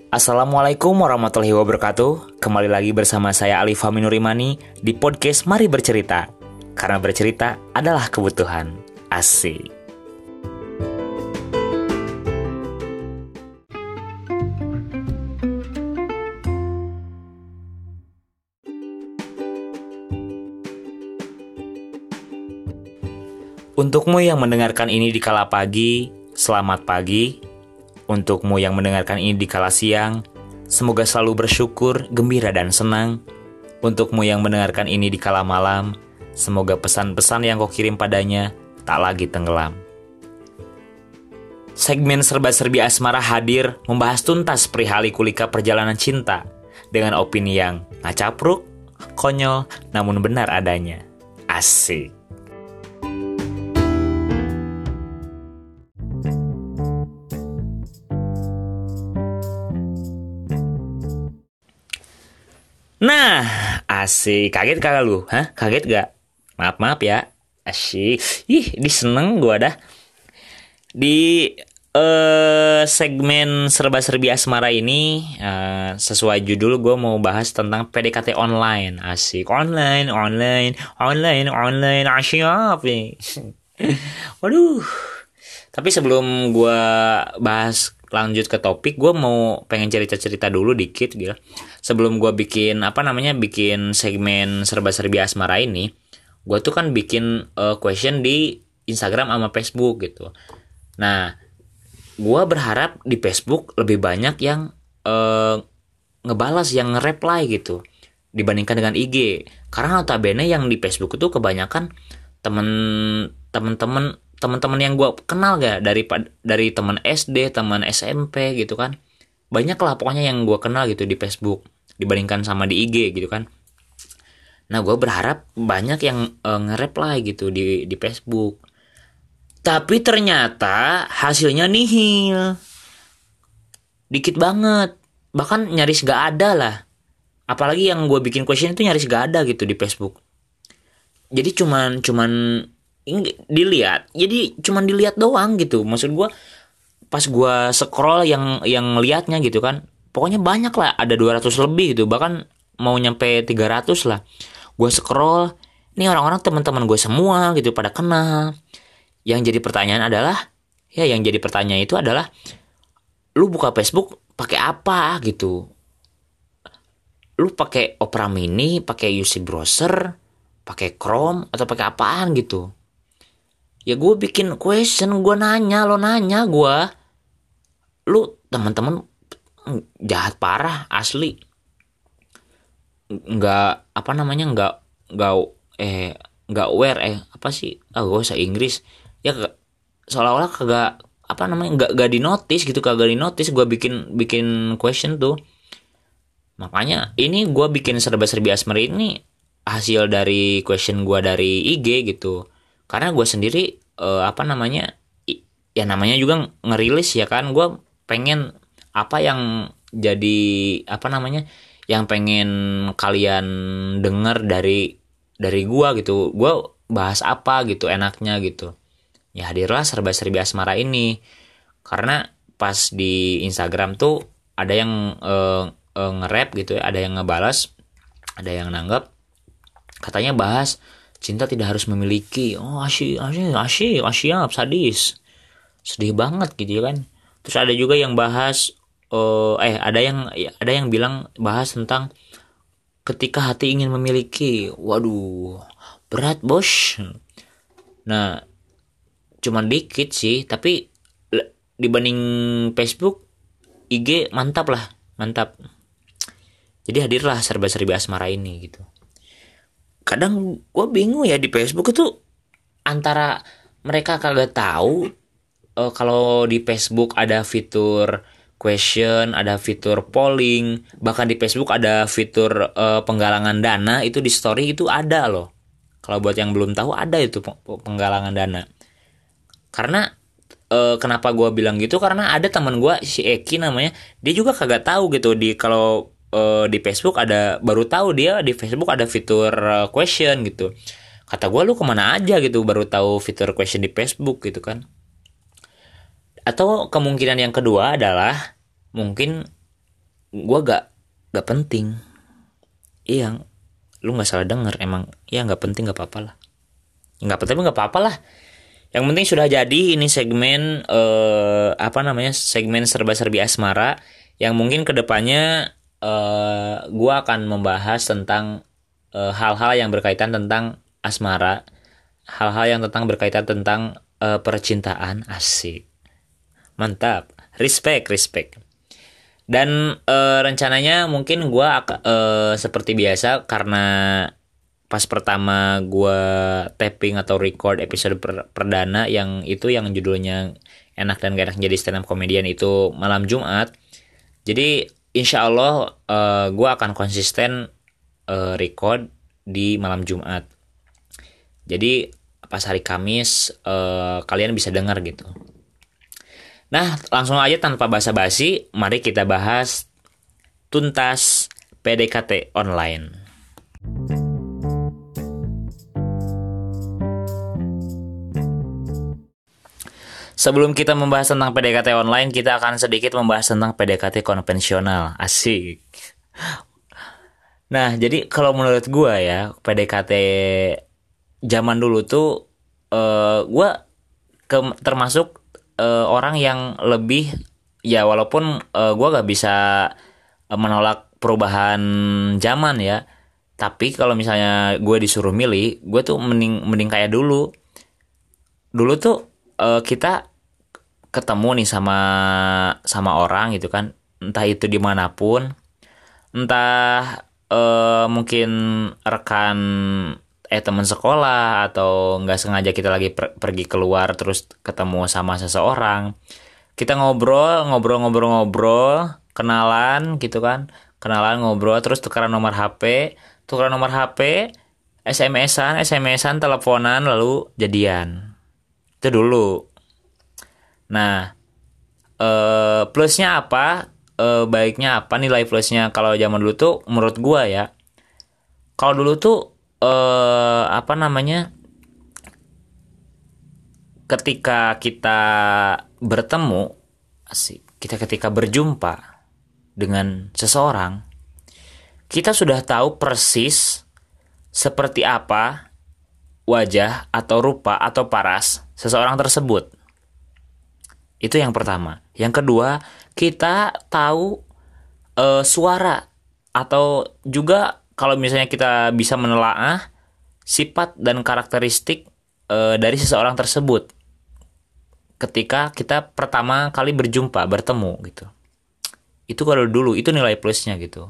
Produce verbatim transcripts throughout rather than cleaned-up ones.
Assalamualaikum warahmatullahi wabarakatuh. Kembali lagi bersama saya Ali Fahmi Nurimani di podcast Mari Bercerita. Karena bercerita adalah kebutuhan. Asik. Untukmu yang mendengarkan ini di kala pagi, selamat pagi. Untukmu yang mendengarkan ini di kala siang, semoga selalu bersyukur, gembira, dan senang. Untukmu yang mendengarkan ini di kala malam, semoga pesan-pesan yang kau kirim padanya tak lagi tenggelam. Segmen Serba-Serbi Asmara hadir membahas tuntas perihal liku-lika perjalanan cinta dengan opini yang ngacapruk, konyol, namun benar adanya. Asik. Nah, asik. Kaget kagak lu? Hah? Kaget gak? Maaf-maaf ya. Asik. Ih, diseneng gua dah. Di uh, segmen Serba-Serbi Asmara ini, uh, sesuai judul gue mau bahas tentang P D K T online. Asik. Online, online, online, online. Asyik. Waduh. Tapi sebelum gue bahas lanjut ke topik, gue mau pengen cerita-cerita dulu dikit gitu. Sebelum gue bikin apa namanya bikin segmen Serba-Serbi Asmara ini, gue tuh kan bikin uh, question di Instagram sama Facebook gitu. Nah, gue berharap di Facebook lebih banyak yang uh, ngebalas, yang nge-reply gitu dibandingkan dengan I G. Karena notabene yang di Facebook itu kebanyakan temen temen-temen teman-teman yang gue kenal gak, dari dari teman S D, teman S M P gitu kan. Banyak lah pokoknya yang gue kenal gitu di Facebook dibandingkan sama di I G gitu kan. Nah, gue berharap banyak yang uh, nge-reply gitu di di Facebook. Tapi ternyata hasilnya nihil. Dikit banget. Bahkan nyaris gak ada lah. Apalagi yang gue bikin question itu nyaris gak ada gitu di Facebook. Jadi cuman cuman dilihat, jadi cuman dilihat doang gitu. Maksud gue, pas gue scroll yang yang liatnya gitu kan, pokoknya banyak lah, ada dua ratus lebih gitu, bahkan mau nyampe tiga ratus lah. Gue scroll, ini orang-orang teman-teman gue semua gitu, pada kenal. Yang jadi pertanyaan adalah, ya yang jadi pertanyaan itu adalah, lu buka Facebook pakai apa gitu? Lu pakai Opera Mini, pakai U C browser, pakai Chrome, atau pakai apaan gitu? Ya gue bikin question, gue nanya, lo nanya gue. Lu teman-teman jahat parah, asli. Nggak, apa namanya, nggak, nggak, eh, nggak aware, eh, apa sih? Ah, gue bahasa Inggris. Ya seolah-olah kagak, apa namanya, nggak, nggak di notice gitu, kagak di notice gue bikin, bikin question tuh. Makanya ini gue bikin Serba-Serbi Asmara ini hasil dari question gue dari I G gitu. Karena gue sendiri uh, apa namanya ya namanya juga ngerilis ya kan, gue pengen apa yang jadi apa namanya yang pengen kalian denger dari dari gue gitu, gue bahas apa gitu enaknya gitu. Ya hadirlah Serba-Serbi Asmara ini, karena pas di Instagram tuh ada yang uh, uh, nge-rap gitu ya, ada yang ngebalas, ada yang nanggap, katanya bahas cinta tidak harus memiliki. Oh, asyik, asyik, asyik, asyik, sadis. Sedih banget gitu ya kan. Terus ada juga yang bahas uh, eh ada yang ada yang bilang bahas tentang ketika hati ingin memiliki. Waduh, berat, Bos. Nah, cuman dikit sih, tapi dibanding Facebook, I G mantap lah, mantap. Jadi hadirlah Serba-Serbi Asmara ini gitu. Kadang gue bingung ya di Facebook itu, antara mereka kagak tahu uh, kalau di Facebook ada fitur question, ada fitur polling, bahkan di Facebook ada fitur uh, penggalangan dana, itu di story itu ada loh. Kalau buat yang belum tahu, ada itu penggalangan dana. Karena uh, kenapa gue bilang gitu, karena ada teman gue, si Eki namanya, dia juga kagak tahu gitu di kalau Uh, di Facebook ada, baru tahu dia di Facebook ada fitur uh, question gitu. Kata gue, lu kemana aja gitu baru tahu fitur question di Facebook gitu kan. Atau kemungkinan yang kedua adalah mungkin gue gak gak penting. Iya, lu nggak salah denger, emang ya nggak penting, nggak apa-apa lah, nggak penting nggak apa-apa lah. Yang penting sudah jadi ini segmen eh, apa namanya, segmen serba-serbi asmara yang mungkin kedepannya eh, gue akan membahas tentang eh, hal-hal yang berkaitan tentang asmara, hal-hal yang tentang berkaitan tentang eh, percintaan. Asik, mantap, respect, respect. Dan eh, rencananya mungkin gue eh, seperti biasa, karena pas pertama gue tapping atau record episode per- perdana yang itu yang judulnya enak dan gak enak jadi stand up comedian itu malam Jumat. Jadi insya Allah uh, gue akan konsisten uh, record di malam Jumat. Jadi pas hari Kamis uh, kalian bisa dengar gitu. Nah, langsung aja tanpa basa-basi, mari kita bahas tuntas P D K T online. Sebelum kita membahas tentang P D K T online, kita akan sedikit membahas tentang P D K T konvensional. Asik. Nah, jadi kalau menurut gue ya, P D K T zaman dulu tuh, uh, gue ke- termasuk uh, orang yang lebih, ya walaupun uh, gue gak bisa uh, menolak perubahan zaman ya, tapi kalau misalnya gue disuruh milih, gue tuh mending mending kayak dulu. Dulu tuh uh, kita ketemu nih sama sama orang gitu kan, entah itu dimanapun, entah uh, mungkin rekan eh teman sekolah, atau nggak sengaja kita lagi per- pergi keluar terus ketemu sama seseorang, kita ngobrol ngobrol ngobrol ngobrol kenalan gitu kan, kenalan ngobrol terus tukeran nomor H P, tukeran nomor H P, S M S-an, S M S-an, teleponan, lalu jadian. Itu dulu. Nah, eh, plusnya apa? Eh, baiknya apa? Nilai plusnya kalau zaman dulu tuh, menurut gua ya, kalau dulu tuh eh, apa namanya? Ketika kita bertemu, asik, kita ketika berjumpa dengan seseorang, kita sudah tahu persis seperti apa wajah atau rupa atau paras seseorang tersebut. Itu yang pertama. Yang kedua, kita tahu e, suara, atau juga kalau misalnya kita bisa menelaah sifat dan karakteristik e, dari seseorang tersebut ketika kita pertama kali berjumpa, bertemu gitu. Itu kalau dulu, itu nilai plusnya gitu.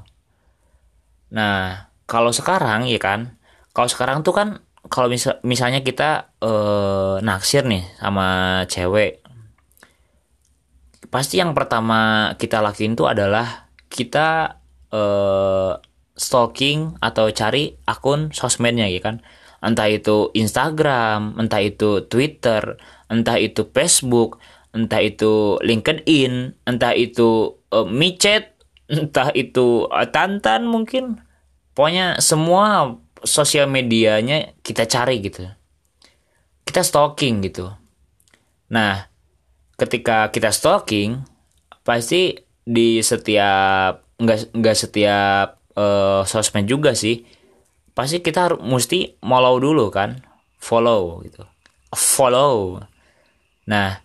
Nah, kalau sekarang ya kan, kalau sekarang tuh kan, kalau misal, misalnya kita e, naksir nih sama cewek, pasti yang pertama kita lakuin itu adalah kita uh, stalking atau cari akun sosmednya ya kan, entah itu Instagram, entah itu Twitter, entah itu Facebook, entah itu LinkedIn, entah itu uh, micet, entah itu uh, Tantan mungkin, pokoknya semua sosial medianya kita cari gitu, kita stalking gitu. Nah, ketika kita stalking, pasti di setiap, nggak nggak setiap uh, sosmed juga sih, pasti kita harus mesti follow dulu kan, follow gitu, follow. Nah,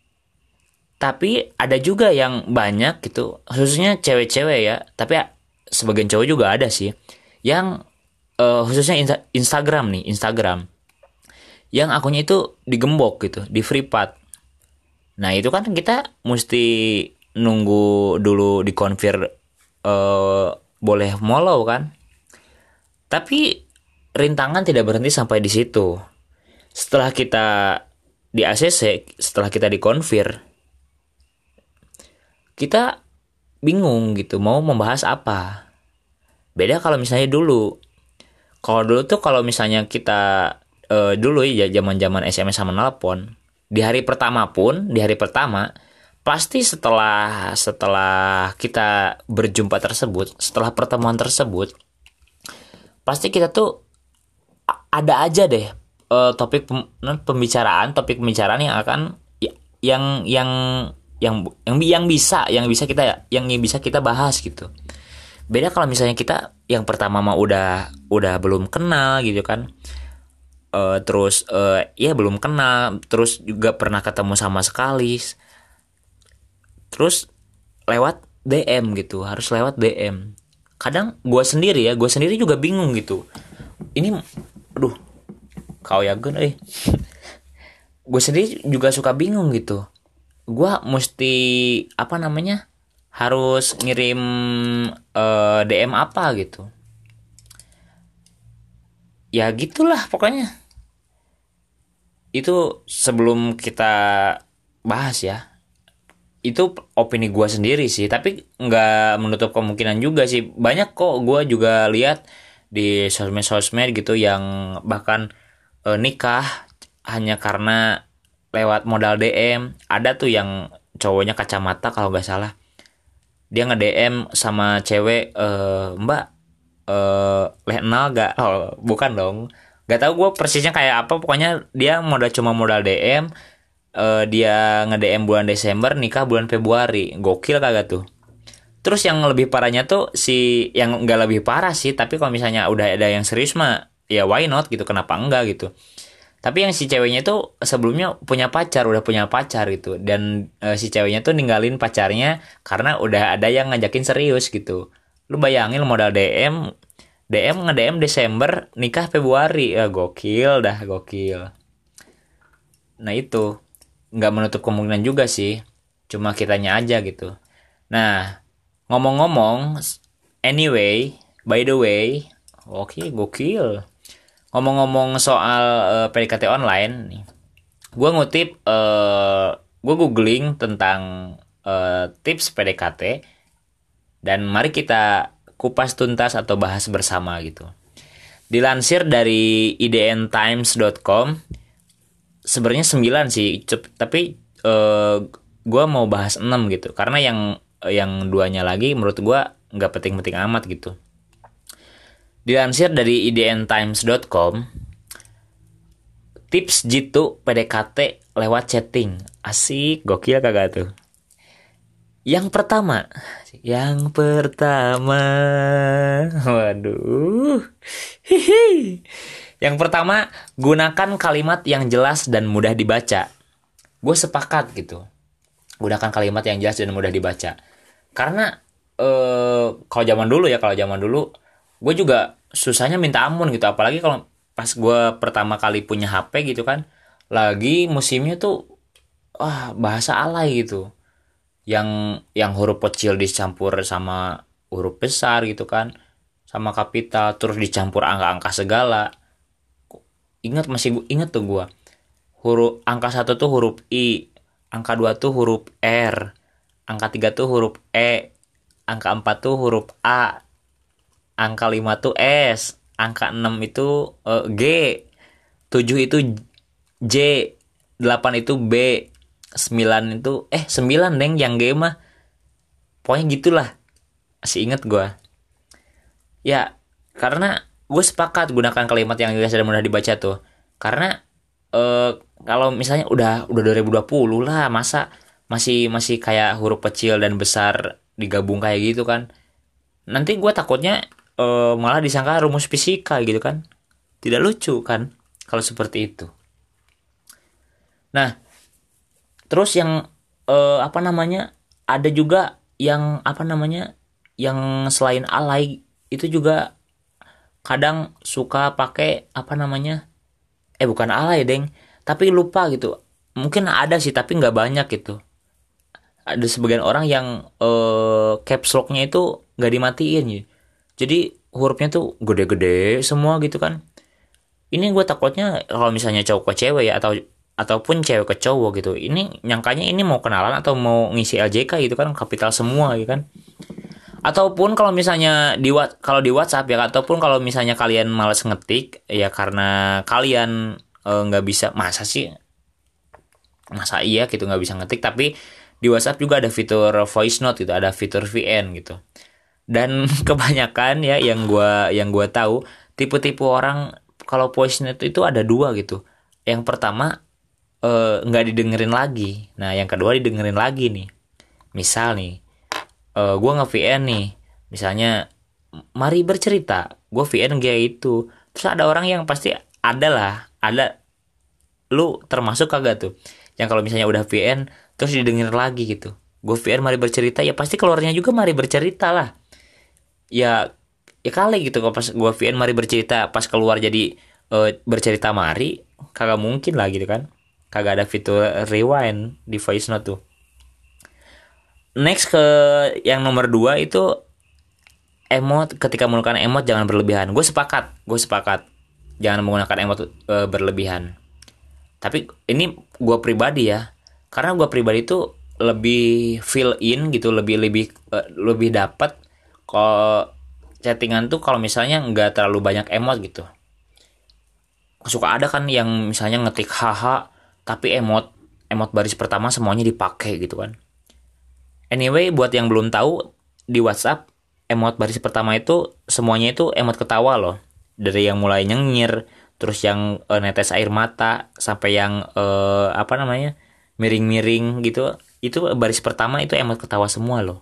tapi ada juga yang banyak gitu, khususnya cewek-cewek ya, tapi sebagian cowok juga ada sih, yang uh, khususnya insta- Instagram nih, Instagram, yang akunnya itu digembok gitu, di free path. Nah itu kan kita mesti nunggu dulu dikonfir uh, boleh follow kan. Tapi rintangan tidak berhenti sampai di situ. Setelah kita di A C C, setelah kita dikonfir, kita bingung gitu mau membahas apa. Beda kalau misalnya dulu. Kalau dulu tuh kalau misalnya kita uh, dulu ya zaman-zaman S M S sama nelpon, di hari pertama pun, di hari pertama, pasti setelah setelah kita berjumpa tersebut, setelah pertemuan tersebut, pasti kita tuh ada aja deh uh, topik pem, pembicaraan, topik pembicaraan yang akan yang yang yang yang yang bisa yang bisa kita yang bisa kita bahas gitu. Beda kalau misalnya kita yang pertama mah udah udah belum kenal gitu kan. Uh, terus uh, ya belum kenal, terus juga pernah ketemu sama sekali. Terus lewat D M gitu, harus lewat D M. Kadang gue sendiri ya, gue sendiri juga bingung gitu. Ini, aduh, kau ya gun, eh. Gue sendiri juga suka bingung gitu. Gue mesti apa namanya, harus ngirim uh, D M apa gitu. Ya gitulah pokoknya. Itu sebelum kita bahas ya. Itu opini gue sendiri sih, tapi nggak menutup kemungkinan juga sih. Banyak kok gue juga lihat di sosmed-sosmed gitu yang bahkan e, nikah hanya karena lewat modal D M. Ada tuh yang cowoknya kacamata kalau nggak salah, dia nge-D M sama cewek, e, mbak e, lenal gak? Oh, bukan dong, nggak tahu gue persisnya kayak apa. Pokoknya dia modal cuma modal D M. Uh, dia nge-D M bulan Desember, nikah bulan Februari. Gokil kagak tuh? Terus yang lebih parahnya tuh si yang nggak lebih parah sih, tapi kalau misalnya udah ada yang serius mah ya why not gitu, kenapa enggak gitu. Tapi yang si ceweknya tuh sebelumnya punya pacar, udah punya pacar gitu, dan uh, si ceweknya tuh ninggalin pacarnya karena udah ada yang ngajakin serius gitu. Lu bayangin modal D M D M nge-D M Desember, nikah Februari. Ya gokil dah, gokil. Nah itu nggak menutup kemungkinan juga sih, cuma kitanya aja gitu. Nah, ngomong-ngomong, anyway, by the way, oke, okay, gokil. Ngomong-ngomong soal uh, P D K T online nih, gue ngutip, uh, gue googling tentang uh, tips P D K T, dan mari kita kupas tuntas atau bahas bersama gitu. Dilansir dari i d n times dot com, sebenarnya sembilan sih, tapi uh, gue mau bahas enam gitu, karena yang yang duanya lagi menurut gue nggak penting-penting amat gitu. Dilansir dari i d n times dot com, tips jitu P D K T lewat chatting. Asik, gokil kagak tuh? Yang pertama, yang pertama, waduh, hihi. Yang pertama, gunakan kalimat yang jelas dan mudah dibaca. Gue sepakat gitu. Gunakan kalimat yang jelas dan mudah dibaca. Karena eh, kalau zaman dulu ya, kalau zaman dulu, gue juga susahnya minta ampun gitu. Apalagi kalau pas gue pertama kali punya H P gitu kan, lagi musimnya tuh, wah bahasa alay gitu. Yang yang huruf kecil dicampur sama huruf besar gitu kan, sama kapital, terus dicampur angka-angka segala. Ingat, masih ingat tuh gue, huruf angka satu tuh huruf I, angka dua tuh huruf R, angka tiga tuh huruf E, angka empat tuh huruf A, angka lima tuh S, angka enam itu uh, G, tujuh itu J, delapan itu B, sembilan itu eh sembilan deng yang G mah. Pokoknya gitulah, masih inget gue. Ya, karena gue sepakat gunakan kalimat yang jelas dan mudah dibaca tuh. Karena eh, kalau misalnya udah udah dua ribu dua puluh lah, masa masih masih kayak huruf kecil dan besar digabung kayak gitu kan. Nanti gue takutnya eh, malah disangka rumus fisika gitu kan. Tidak lucu kan kalau seperti itu. Nah, terus yang eh, apa namanya? Ada juga yang apa namanya? Yang selain alay itu juga kadang suka pakai apa namanya, eh bukan alay deng, tapi lupa gitu. Mungkin ada sih tapi nggak banyak gitu. Ada sebagian orang yang eh, caps locknya itu nggak dimatiin ya, jadi hurufnya tuh gede-gede semua gitu kan. Ini gue takutnya kalau misalnya cowok ke cewek ya, atau ataupun cewek ke cowok gitu, ini nyangkanya ini mau kenalan atau mau ngisi L J K gitu kan, kapital semua gitu kan. Ataupun kalau misalnya di kalau di WhatsApp ya, ataupun kalau misalnya kalian malas ngetik ya karena kalian nggak e, bisa, masa sih masa iya gitu nggak bisa ngetik, tapi di WhatsApp juga ada fitur voice note gitu, ada fitur V N gitu. Dan kebanyakan ya yang gua yang gua tahu, tipe-tipe orang kalau voice note itu ada dua gitu. Yang pertama eh, nggak didengerin lagi. Nah yang kedua didengerin lagi nih. Misal nih, eh gue nge-V N nih, misalnya mari bercerita, gue V N kayak itu. Terus ada orang yang pasti ada lah, ada, lu termasuk kagak tuh yang kalau misalnya udah V N terus didengerin lagi gitu, gue V N mari bercerita, ya pasti keluarnya juga mari bercerita lah. Ya ya kali gitu, kalau pas gue V N mari bercerita pas keluar jadi eh, bercerita mari, kagak mungkin lah gitu kan, kagak ada fitur rewind di voice note tuh. Next ke yang nomor dua itu emot, ketika menggunakan emot jangan berlebihan. Gue sepakat, gue sepakat jangan menggunakan emot e, berlebihan. Tapi ini gue pribadi ya, karena gue pribadi itu lebih fill in gitu, lebih lebih e, lebih dapat kalau chattingan tuh kalau misalnya nggak terlalu banyak emot gitu. Suka ada kan yang misalnya ngetik haha tapi emot emot baris pertama semuanya dipakai gitu kan. Anyway, buat yang belum tahu, di WhatsApp emot baris pertama itu semuanya itu emot ketawa loh. Dari yang mulai nyengir, terus yang e, netes air mata, sampai yang e, apa namanya, miring-miring gitu. Itu baris pertama itu emot ketawa semua loh.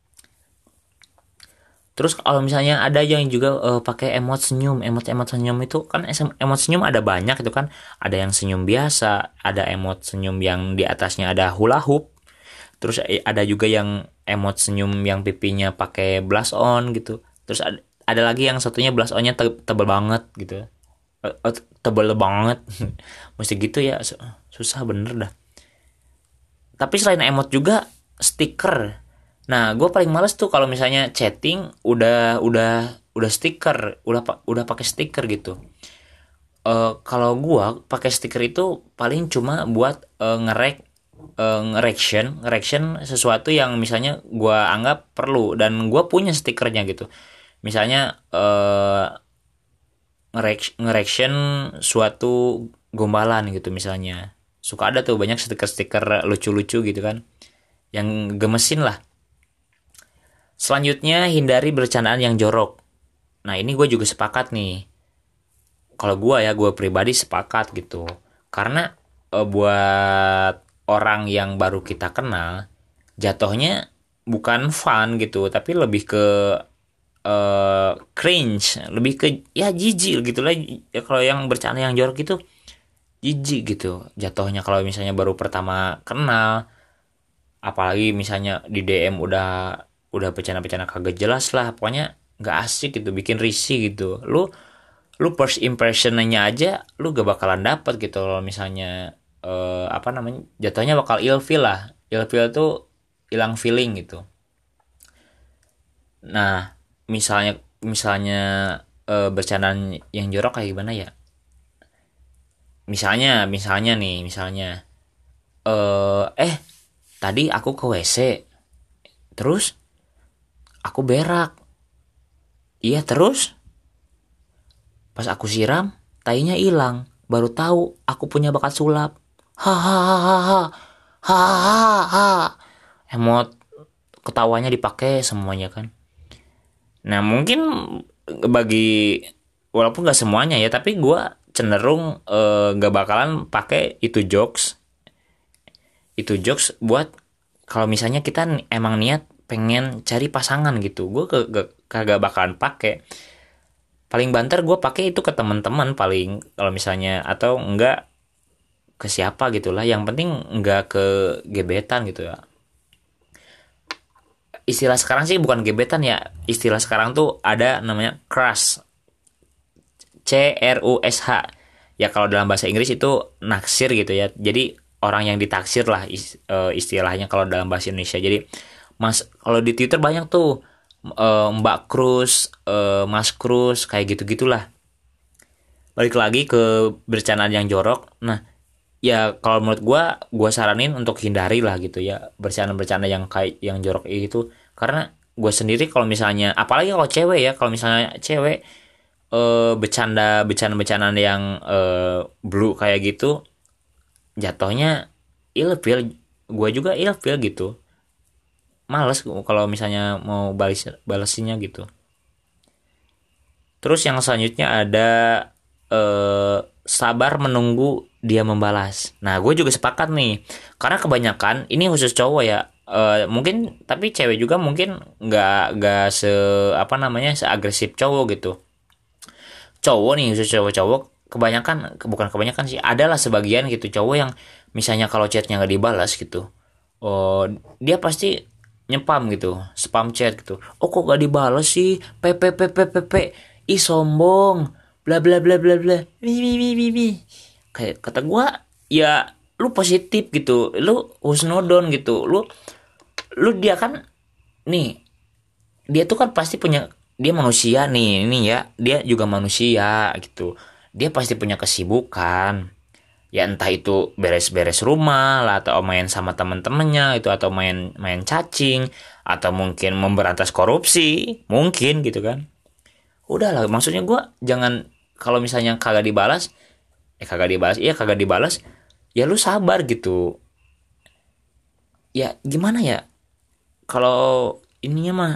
Terus kalau misalnya ada yang juga e, pakai emot senyum, emot-emot senyum itu kan emot senyum ada banyak itu kan. Ada yang senyum biasa, ada emot senyum yang di atasnya ada hula hoop. Terus ada juga yang emot senyum yang pipinya pakai blush on gitu. Terus ada, ada lagi yang satunya blush onnya te- tebel banget gitu. Tebel banget. Mesti gitu ya. Susah bener dah. Tapi selain emot juga stiker. Nah, gue paling males tuh kalau misalnya chatting udah udah udah stiker, udah udah pakai stiker gitu. Uh, kalau gue pakai stiker itu paling cuma buat uh, ngerek Uh, nge-reaction, nge-reaction sesuatu yang misalnya gue anggap perlu dan gue punya stikernya gitu. Misalnya uh, nge-reaction suatu gombalan gitu misalnya. Suka ada tuh banyak stiker-stiker lucu-lucu gitu kan, yang gemesin lah. Selanjutnya hindari bercandaan yang jorok. Nah ini gue juga sepakat nih. Kalau gue ya, gue pribadi sepakat gitu. Karena uh, buat orang yang baru kita kenal, jatuhnya bukan fun gitu, tapi lebih ke uh, cringe, lebih ke ya jijik gitu lah ya. Kalau yang bercanda yang jorok itu jijik gitu jatuhnya kalau misalnya baru pertama kenal, apalagi misalnya di D M udah udah bercanda-bercanda kagak jelas lah, pokoknya nggak asik gitu, bikin risih gitu. Lu lu first impressionnya aja lu gak bakalan dapet gitu kalau misalnya Uh, apa namanya, jatuhnya bakal ilfeel lah. Ilfeel tuh hilang feeling gitu. Nah misalnya misalnya uh, bercandaan yang jorok kayak gimana ya, misalnya misalnya nih misalnya uh, eh tadi aku ke W C terus aku berak, iya terus pas aku siram tainya hilang, baru tahu aku punya bakat sulap. Hahaha, hahaha, emot ketawanya dipakai semuanya kan. Nah mungkin bagi, walaupun nggak semuanya ya, tapi gue cenderung nggak uh, bakalan pakai itu jokes, itu jokes buat kalau misalnya kita emang niat pengen cari pasangan gitu, gue kagak bakalan pakai. Paling banter gue pakai itu ke teman-teman paling, kalau misalnya, atau enggak ke siapa gitulah, yang penting nggak ke gebetan gitu ya. Istilah sekarang sih bukan gebetan ya, istilah sekarang tuh ada namanya crush, C R U S H ya. Kalau dalam bahasa Inggris itu naksir gitu ya, jadi orang yang ditaksir lah istilahnya kalau dalam bahasa Indonesia. Jadi mas, kalau di Twitter banyak tuh Mbak Cruz, Mas Cruz, kayak gitu gitulah. Balik lagi ke bercandaan yang jorok. Nah ya kalau menurut gue, gue saranin untuk hindari lah gitu ya bercanda-bercanda yang kayak yang jorok itu. Karena gue sendiri kalau misalnya, apalagi kalau cewek ya, kalau misalnya cewek eh, bercanda bercanda-bercandaan yang eh, blue kayak gitu, jatuhnya ilfeel, gue juga ilfeel gitu. Males kalau misalnya mau balas balesinnya gitu. Terus yang selanjutnya ada eh, sabar menunggu dia membalas. Nah, gue juga sepakat nih. Karena kebanyakan ini khusus cowok ya. Eh, mungkin tapi cewek juga mungkin nggak nggak se apa namanya seagresif cowok gitu. Cowok nih khusus cowok-cowok kebanyakan bukan kebanyakan sih, adalah sebagian gitu cowok yang misalnya kalau chatnya nggak dibalas gitu. Oh, dia pasti nyepam gitu, spam chat gitu. Oh, kok gak dibalas sih? P P P P P P. Ih, sombong. Bla bla bla bla bla. Mi mi mi mi mi. Kayak kata gua, ya lu positif gitu. Lu husnudon gitu. Lu lu dia kan nih, dia tuh kan pasti punya, dia manusia nih, ini ya. Dia juga manusia gitu. Dia pasti punya kesibukan, ya entah itu beres-beres rumah lah atau main sama temen-temennya itu atau main main cacing atau mungkin memberantas korupsi mungkin gitu kan. Udahlah, maksudnya gue jangan, kalau misalnya kagak dibalas, eh kagak dibalas iya kagak dibalas, ya lu sabar gitu. Ya gimana ya, kalau ininya mah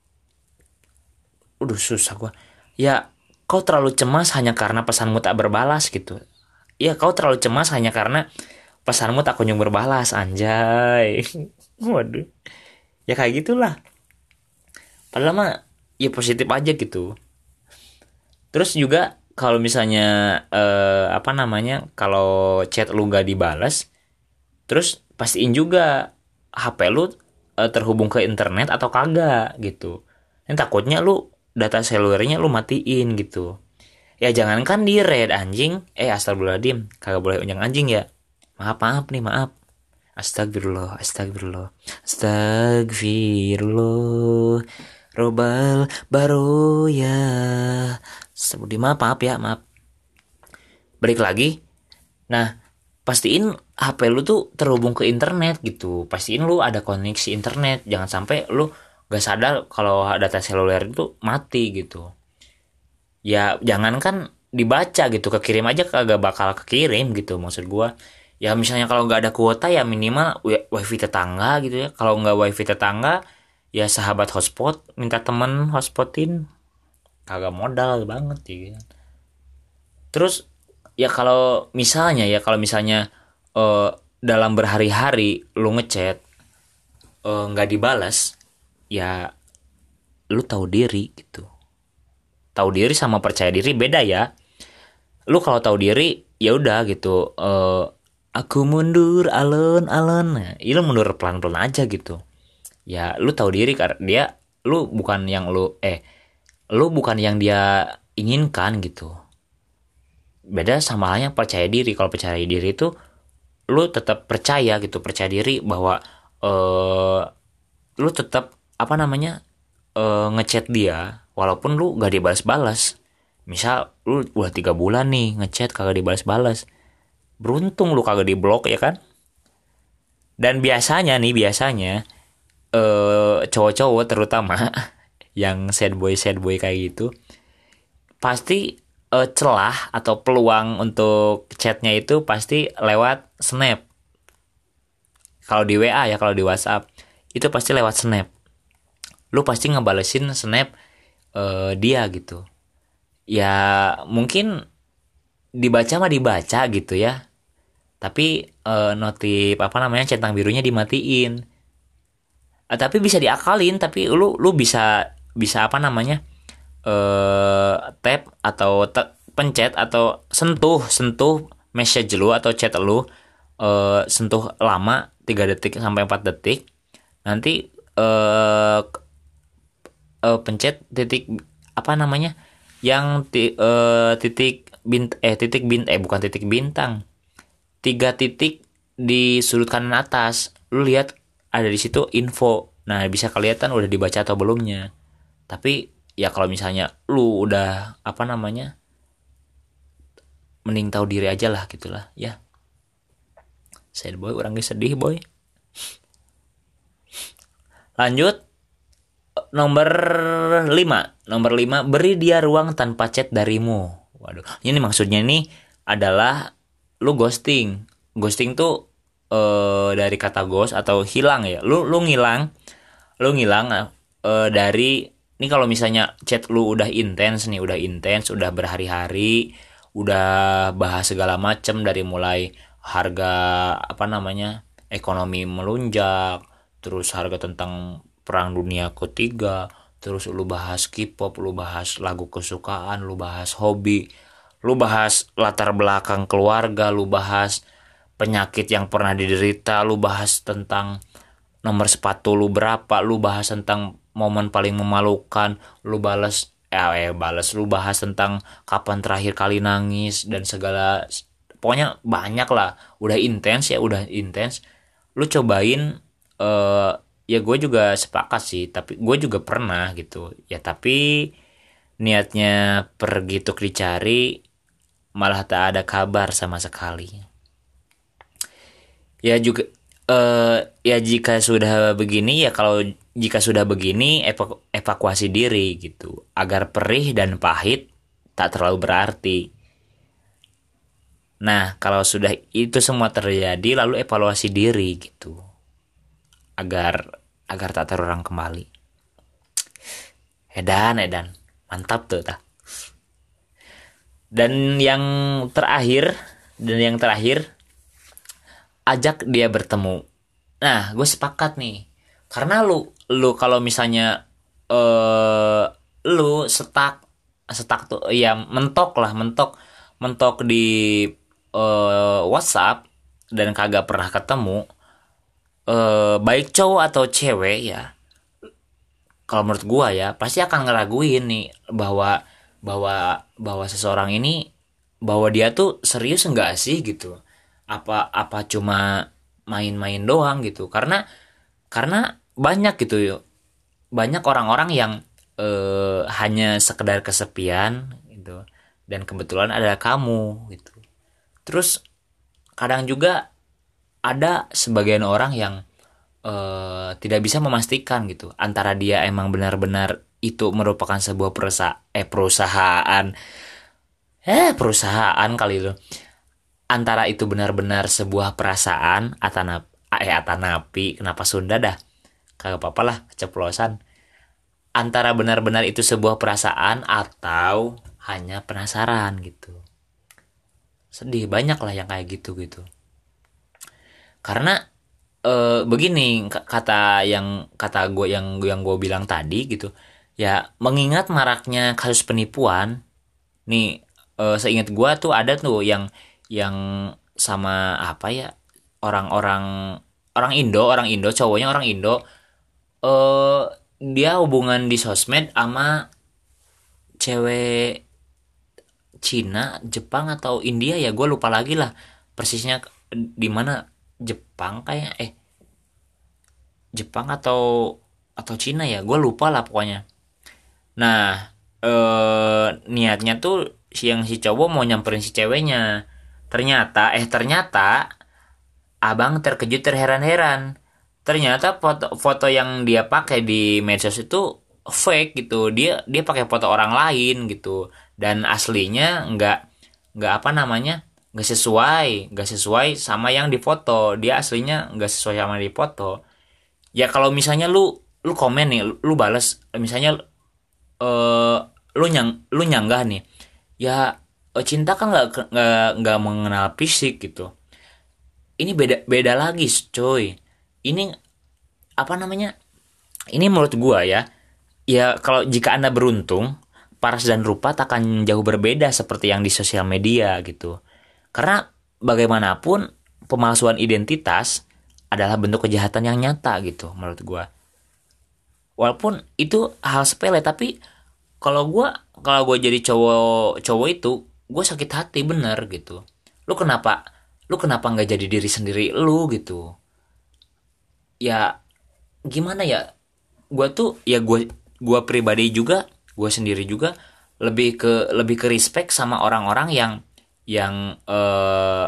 udah susah gue. Ya kau terlalu cemas hanya karena pesanmu tak berbalas gitu. Ya kau terlalu cemas hanya karena pesanmu tak kunjung berbalas, anjay. Waduh. Ya kayak gitulah. Padahal mah ya positif aja gitu. Terus juga kalau misalnya eh, apa namanya, kalau chat lu gak dibalas, terus pastiin juga H P lu eh, terhubung ke internet atau kagak gitu. Dan takutnya lu data selulernya lu matiin gitu. Ya jangankan di red anjing. Eh astagfirullahaladzim, kagak boleh unjang anjing ya. Maaf maaf nih maaf. Astagfirullah, astagfirullah, astagfirullah. Robal baru ya. Sebudi maaf maaf ya maaf. Balik lagi. Nah, pastiin H P lu tuh terhubung ke internet gitu. Pastiin lu ada koneksi internet. Jangan sampai lu gak sadar kalau data seluler itu mati gitu. Ya jangankan dibaca gitu, kekirim aja kagak bakal kekirim gitu maksud gua. Ya misalnya kalau nggak ada kuota ya minimal wifi tetangga gitu ya. Kalau nggak wifi tetangga ya sahabat hotspot, minta temen hotspotin. Kagak modal banget ya. Terus ya kalau misalnya ya kalau misalnya eh, dalam berhari-hari lu ngechat eh, nggak dibalas, ya lu tahu diri gitu. Tahu diri sama percaya diri beda ya. Lu kalau tahu diri ya udah gitu, uh, aku mundur alon-alon, nah ya lu mundur pelan-pelan aja gitu. Ya lu tahu diri karena dia, lu bukan yang lu eh lu bukan yang dia inginkan gitu. Beda sama halnya percaya diri. Kalau percaya diri itu lu tetap percaya gitu, percaya diri bahwa uh, lu tetap apa namanya uh, ngechat dia walaupun lu gak dibalas-balas. Misal lu udah tiga bulan nih ngechat kagak dibalas-balas, beruntung lu kagak diblok ya kan. Dan biasanya nih biasanya eh, cowok-cowok terutama yang sad boy sad boy kayak gitu pasti eh, celah atau peluang untuk chatnya itu pasti lewat snap. Kalau di W A ya, kalau di WhatsApp itu pasti lewat snap. Lu pasti ngebalesin snap uh, dia gitu. Ya mungkin dibaca mah dibaca gitu ya. Tapi uh, notif apa namanya centang birunya dimatiin. Uh, tapi bisa diakalin, tapi lu lu bisa bisa apa namanya? Uh, tap atau te- pencet atau sentuh sentuh message lu atau chat lu, uh, sentuh lama tiga detik sampai empat detik. Nanti uh, uh, pencet titik apa namanya yang ti, uh, titik bint eh titik bint eh bukan titik bintang, tiga titik di sudut kanan atas, lu lihat ada di situ info. Nah bisa kelihatan udah dibaca atau belumnya. Tapi ya kalau misalnya lu udah apa namanya, mending tahu diri aja lah gitulah ya. Sad boy orangnya sedih boy. Lanjut. Nomor lima. Nomor lima, beri dia ruang tanpa chat darimu. Waduh, ini maksudnya nih adalah lu ghosting. Ghosting tuh eh, dari kata ghost atau hilang ya. Lu lu ngilang, lu ngilang eh, dari ini kalau misalnya chat lu udah intens nih, udah intens, udah berhari-hari, udah bahas segala macam dari mulai harga apa namanya ekonomi melunjak, terus harga tentang perang dunia ketiga, terus lu bahas K-pop, lu bahas lagu kesukaan, lu bahas hobi, lu bahas latar belakang keluarga, lu bahas penyakit yang pernah diderita, lu bahas tentang nomor sepatu lu berapa, lu bahas tentang momen paling memalukan, lu balas eh, eh balas lu bahas tentang kapan terakhir kali nangis dan segala, pokoknya banyak lah, udah intens ya, udah intens. Lu cobain, eh ya gue juga sepakat sih, tapi gue juga pernah gitu ya, tapi niatnya pergi untuk dicari malah tak ada kabar sama sekali. Ya juga, eh ya jika sudah begini, ya kalau jika sudah begini evaku- evakuasi diri gitu agar perih dan pahit tak terlalu berarti. Nah, kalau sudah itu semua terjadi lalu evaluasi diri gitu agar agar tak terulang kembali. Edan, edan. Mantap tuh tah. Dan yang terakhir, dan yang terakhir ajak dia bertemu. Nah, gue sepakat nih. Karena lu lu kalau misalnya eh lu setak setak tuh ya, mentok lah, mentok mentok di eh, WhatsApp dan kagak pernah ketemu, eh baik cowok atau cewek ya, kalau menurut gua ya pasti akan ngeraguin nih bahwa bahwa bahwa seseorang ini, bahwa dia tuh serius enggak sih gitu, apa apa cuma main-main doang gitu. Karena karena banyak gitu yuk, banyak orang-orang yang eh, hanya sekedar kesepian gitu, dan kebetulan ada kamu gitu. Terus kadang juga ada sebagian orang yang eh, tidak bisa memastikan gitu antara dia emang benar-benar itu merupakan sebuah perusahaan, eh perusahaan eh perusahaan kali itu, antara itu benar-benar sebuah perasaan atanap eh atanapi, kenapa Sunda dah, kagak apa-apa lah keceplosan, antara benar-benar itu sebuah perasaan atau hanya penasaran gitu. Sedih, banyak lah yang kayak gitu gitu. Karena eh, begini, kata yang kata gue, yang yang gue bilang tadi gitu ya, mengingat maraknya kasus penipuan nih, eh, seingat gue tuh ada tuh yang yang sama apa ya, orang-orang orang Indo orang Indo cowoknya orang Indo, eh dia hubungan di sosmed sama cewek Cina, Jepang atau India ya, gue lupa lagi lah persisnya di mana. Jepang kayak eh Jepang atau atau Cina ya, gue lupa lah pokoknya. Nah, eh niatnya tuh si yang si cowok mau nyamperin si ceweknya. Ternyata eh ternyata abang terkejut terheran-heran. Ternyata foto-foto yang dia pakai di medsos itu fake gitu. Dia dia pakai foto orang lain gitu. Dan aslinya nggak nggak apa namanya, nggak sesuai nggak sesuai sama yang di foto. Dia aslinya nggak sesuai sama di foto. Ya kalau misalnya lu lu komen nih, lu, lu balas misalnya, eh lu nyang lu nyanggah nih ya, eh, cinta kan nggak nggak nggak mengenal fisik gitu. Ini beda beda lagi coy. Ini apa namanya, ini menurut gua ya, ya kalau jika anda beruntung, paras dan rupa takkan jauh berbeda seperti yang di sosial media gitu. Karena bagaimanapun pemalsuan identitas adalah bentuk kejahatan yang nyata gitu menurut gua. Walaupun itu hal sepele, tapi kalau gua kalau gua jadi cowok cowok itu, gua sakit hati bener gitu. Lu kenapa lu kenapa nggak jadi diri sendiri lu gitu? Ya gimana ya? Gua tuh ya gua gua pribadi juga, gua sendiri juga lebih ke lebih ke respect sama orang-orang yang yang eh,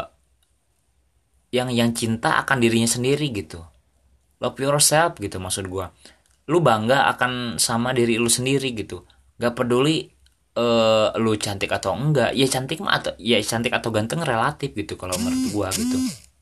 yang yang cinta akan dirinya sendiri gitu. Love yourself gitu maksud gua. Lu bangga akan sama diri lu sendiri gitu. Gak peduli eh, lu cantik atau enggak. Ya cantik mah atau ya cantik atau ganteng relatif gitu kalau menurut gua gitu.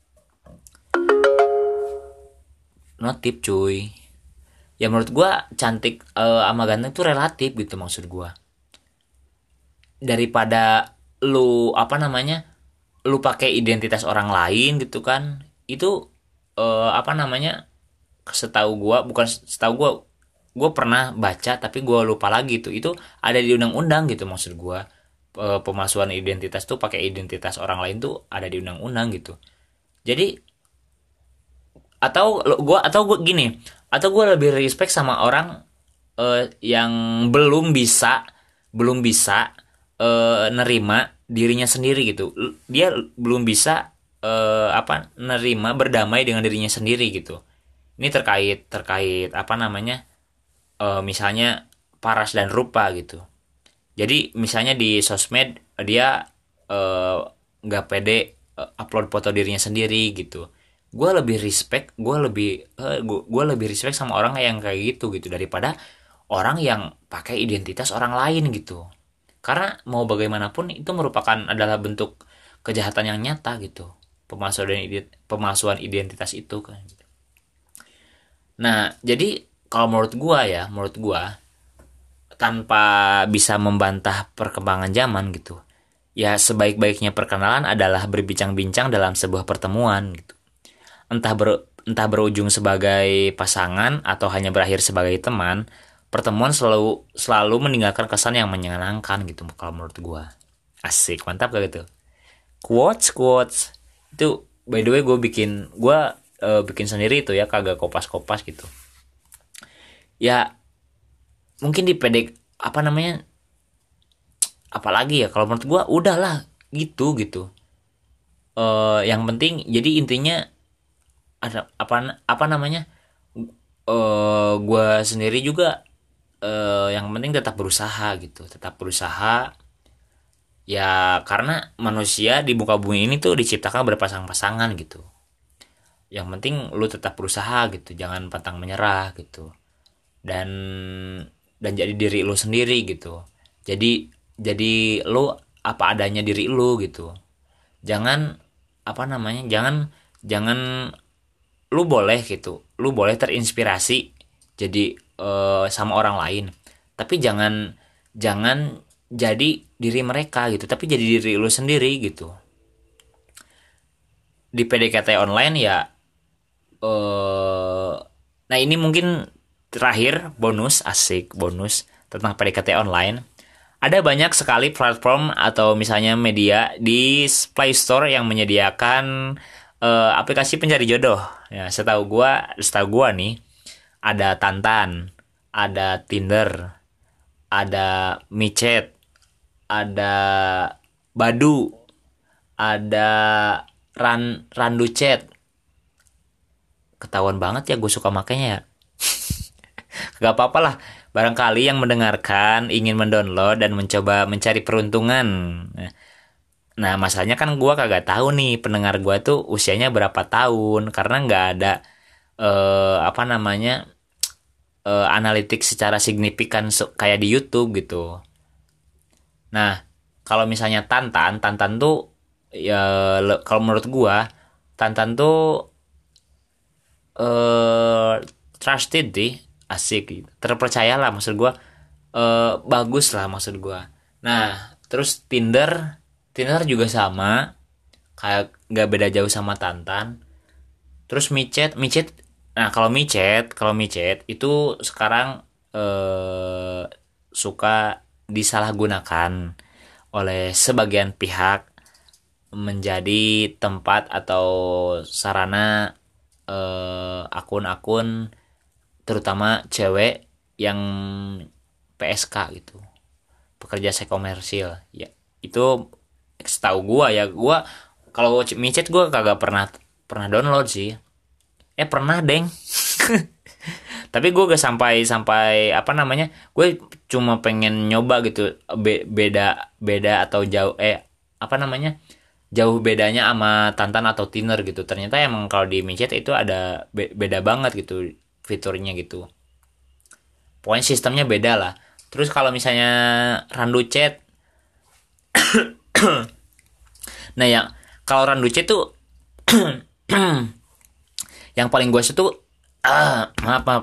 Notif cuy. Ya menurut gua cantik eh, sama ganteng tuh relatif gitu maksud gua. Daripada lu apa namanya lu pakai identitas orang lain gitu kan, itu eh, apa namanya setahu gua bukan setahu gua gua pernah baca tapi gua lupa lagi tuh itu ada di undang-undang gitu maksud gua. Eh, pemalsuan identitas tuh pakai identitas orang lain tuh ada di undang-undang gitu. Jadi atau lo- gua atau gua gini atau gua lebih respect sama orang eh, yang belum bisa belum bisa eh, nerima dirinya sendiri gitu. Dia belum bisa eh, apa nerima berdamai dengan dirinya sendiri gitu. Ini terkait terkait apa namanya eh, misalnya paras dan rupa gitu. Jadi misalnya di sosmed dia eh, nggak pede eh, upload foto dirinya sendiri gitu. Gue lebih respect, gue lebih eh, gue lebih respect sama orang yang kayak gitu gitu daripada orang yang pakai identitas orang lain gitu. Karena mau bagaimanapun itu merupakan adalah bentuk kejahatan yang nyata gitu. Pemalsuan ident- pemalsuan identitas itu kan. Nah, jadi kalau menurut gua ya, menurut gua tanpa bisa membantah perkembangan zaman gitu. Ya sebaik-baiknya perkenalan adalah berbincang-bincang dalam sebuah pertemuan gitu. Entah ber, entah berujung sebagai pasangan atau hanya berakhir sebagai teman, pertemuan selalu selalu meninggalkan kesan yang menyenangkan gitu kalau menurut gua. Asik, mantap gak gitu? Quotes, quotes. Itu by the way gue bikin gua eh, bikin sendiri itu ya, kagak kopas-kopas gitu. Ya mungkin di pedek apa namanya apalagi ya kalau menurut gua udahlah gitu gitu. Eh yang penting jadi intinya ada apa apa namanya eh gua sendiri juga eh yang penting tetap berusaha gitu, tetap berusaha ya karena manusia di muka bumi ini tuh diciptakan berpasang-pasangan gitu. Yang penting lu tetap berusaha gitu, jangan pantang menyerah gitu. Dan dan jadi diri lu sendiri gitu. Jadi jadi lu apa adanya diri lu gitu. Jangan apa namanya? Jangan jangan lu boleh gitu. Lu boleh terinspirasi jadi eh, sama orang lain. Tapi jangan jangan jadi diri mereka gitu, tapi jadi diri lu sendiri gitu. Di P D K T online ya eh nah ini mungkin terakhir bonus asik bonus tentang P D K T online. Ada banyak sekali platform atau misalnya media di Play Store yang menyediakan eh, aplikasi pencari jodoh. Ya, setahu gua, setahu gua nih ada Tantan, ada Tinder, ada Micet, ada Badu, ada Ran Randu Chat. Ketahuan banget ya gue suka makanya ya. Gak apa-apa lah. Barangkali yang mendengarkan ingin mendownload dan mencoba mencari peruntungan. Nah, masalahnya kan gue kagak tahu nih pendengar gue tuh usianya berapa tahun. Karena nggak ada eh, apa namanya eh, analitik secara signifikan so- kayak di YouTube gitu. Nah, kalau misalnya Tantan, Tantan tuh ya le- kalau menurut gue Tantan tuh eh trusted deh, asik gitu. Terpercaya lah maksud gue, eh bagus lah maksud gue. Nah terus Tinder Tinder juga sama, kayak nggak beda jauh sama Tantan. Terus micet micet nah kalau micet kalau micet itu sekarang eh suka disalahgunakan oleh sebagian pihak menjadi tempat atau sarana eh, akun-akun terutama cewek yang P S K gitu, pekerja seks komersil ya. Itu setahu gua ya, gua kalau micet gua kagak pernah pernah download sih. Eh pernah deng. Tapi gue gak sampai sampai apa namanya, gue cuma pengen nyoba gitu be- beda beda atau jauh eh apa namanya jauh bedanya sama Tantan atau Tinder gitu. Ternyata emang kalau di micet itu ada be- beda banget gitu fiturnya gitu. Pokoknya sistemnya beda lah. Terus kalau misalnya Randu Chat, nah ya kalau Randu Chat tuh yang paling gue suka tuh ah, maaf maaf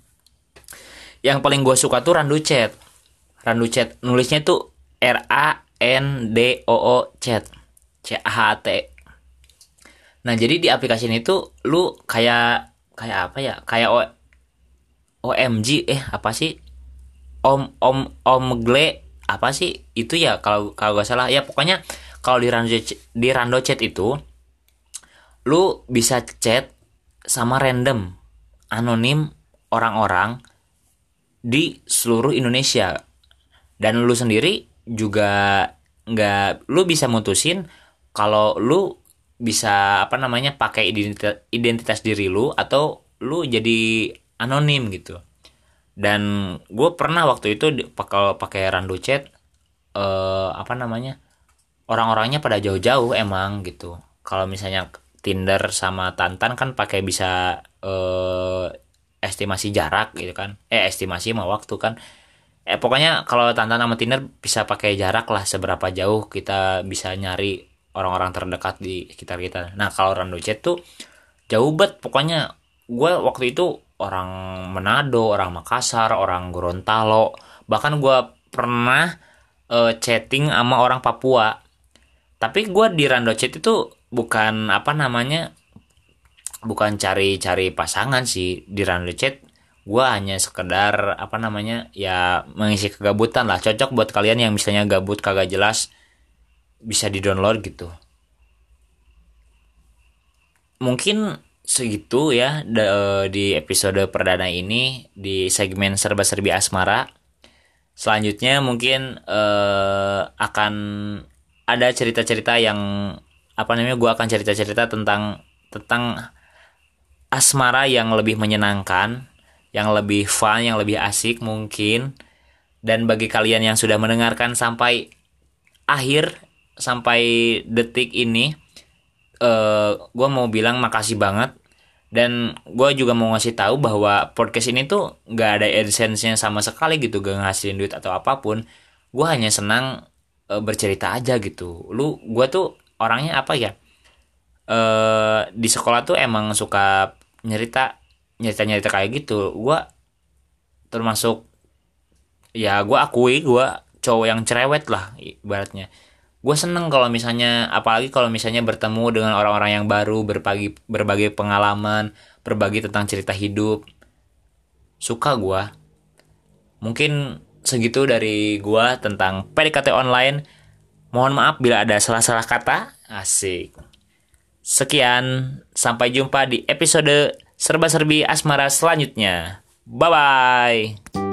yang paling gue suka tuh Randu Chat. Randu Chat nulisnya tuh R A N D O O chat, C H A T. Nah, jadi di aplikasi ini tuh lu kayak kayak apa ya? Kayak o, OMG eh apa sih? Om Om Omegle apa sih? Itu ya kalau kalau gak salah. Ya pokoknya kalau di Rando di Rando chat itu lu bisa chat sama random anonim orang-orang di seluruh Indonesia, dan lu sendiri juga nggak, lu bisa mutusin kalau lu bisa apa namanya pakai identitas, identitas diri lu atau lu jadi anonim gitu. Dan gue pernah waktu itu pakai pakai Rando chat, eh, apa namanya, orang-orangnya pada jauh-jauh emang gitu. Kalau misalnya Tinder sama Tantan kan pakai bisa eh, estimasi jarak gitu kan, eh estimasi mah waktu kan. Eh pokoknya kalau Tantan sama Tinder bisa pakai jarak lah, seberapa jauh kita bisa nyari orang-orang terdekat di sekitar kita. Nah kalau Rando chat tuh jauh banget pokoknya. Gue waktu itu orang Manado, orang Makassar, orang Gorontalo, bahkan gue pernah eh, chatting sama orang Papua. Tapi gue di Rando chat itu bukan apa namanya, bukan cari-cari pasangan sih. Di Rando chat gue hanya sekedar apa namanya ya mengisi kegabutan lah. Cocok buat kalian yang misalnya gabut kagak jelas, bisa di download gitu. Mungkin segitu ya di episode perdana ini di segmen serba-serbi asmara. Selanjutnya mungkin eh, akan ada cerita-cerita yang apa namanya, gue akan cerita-cerita tentang tentang asmara yang lebih menyenangkan, yang lebih fun, yang lebih asik mungkin. Dan bagi kalian yang sudah mendengarkan sampai akhir, sampai detik ini, uh, gue mau bilang makasih banget. Dan gue juga mau ngasih tahu bahwa podcast ini tuh gak ada AdSense-nya sama sekali gitu, gak ngasilin duit atau apapun. Gue hanya senang uh, bercerita aja gitu. Lu, gue tuh orangnya apa ya? Uh, di sekolah tuh emang suka nyerita, nyerita-nyerita kayak gitu. Gue termasuk, ya gue akui gue cowok yang cerewet lah ibaratnya. Gue seneng kalau misalnya, apalagi kalau misalnya bertemu dengan orang-orang yang baru, berbagi berbagai pengalaman, berbagi tentang cerita hidup. Suka gue. Mungkin segitu dari gue tentang P D K T online. Mohon maaf bila ada salah-salah kata. Asik. Sekian, sampai jumpa di episode serba-serbi asmara selanjutnya. Bye-bye.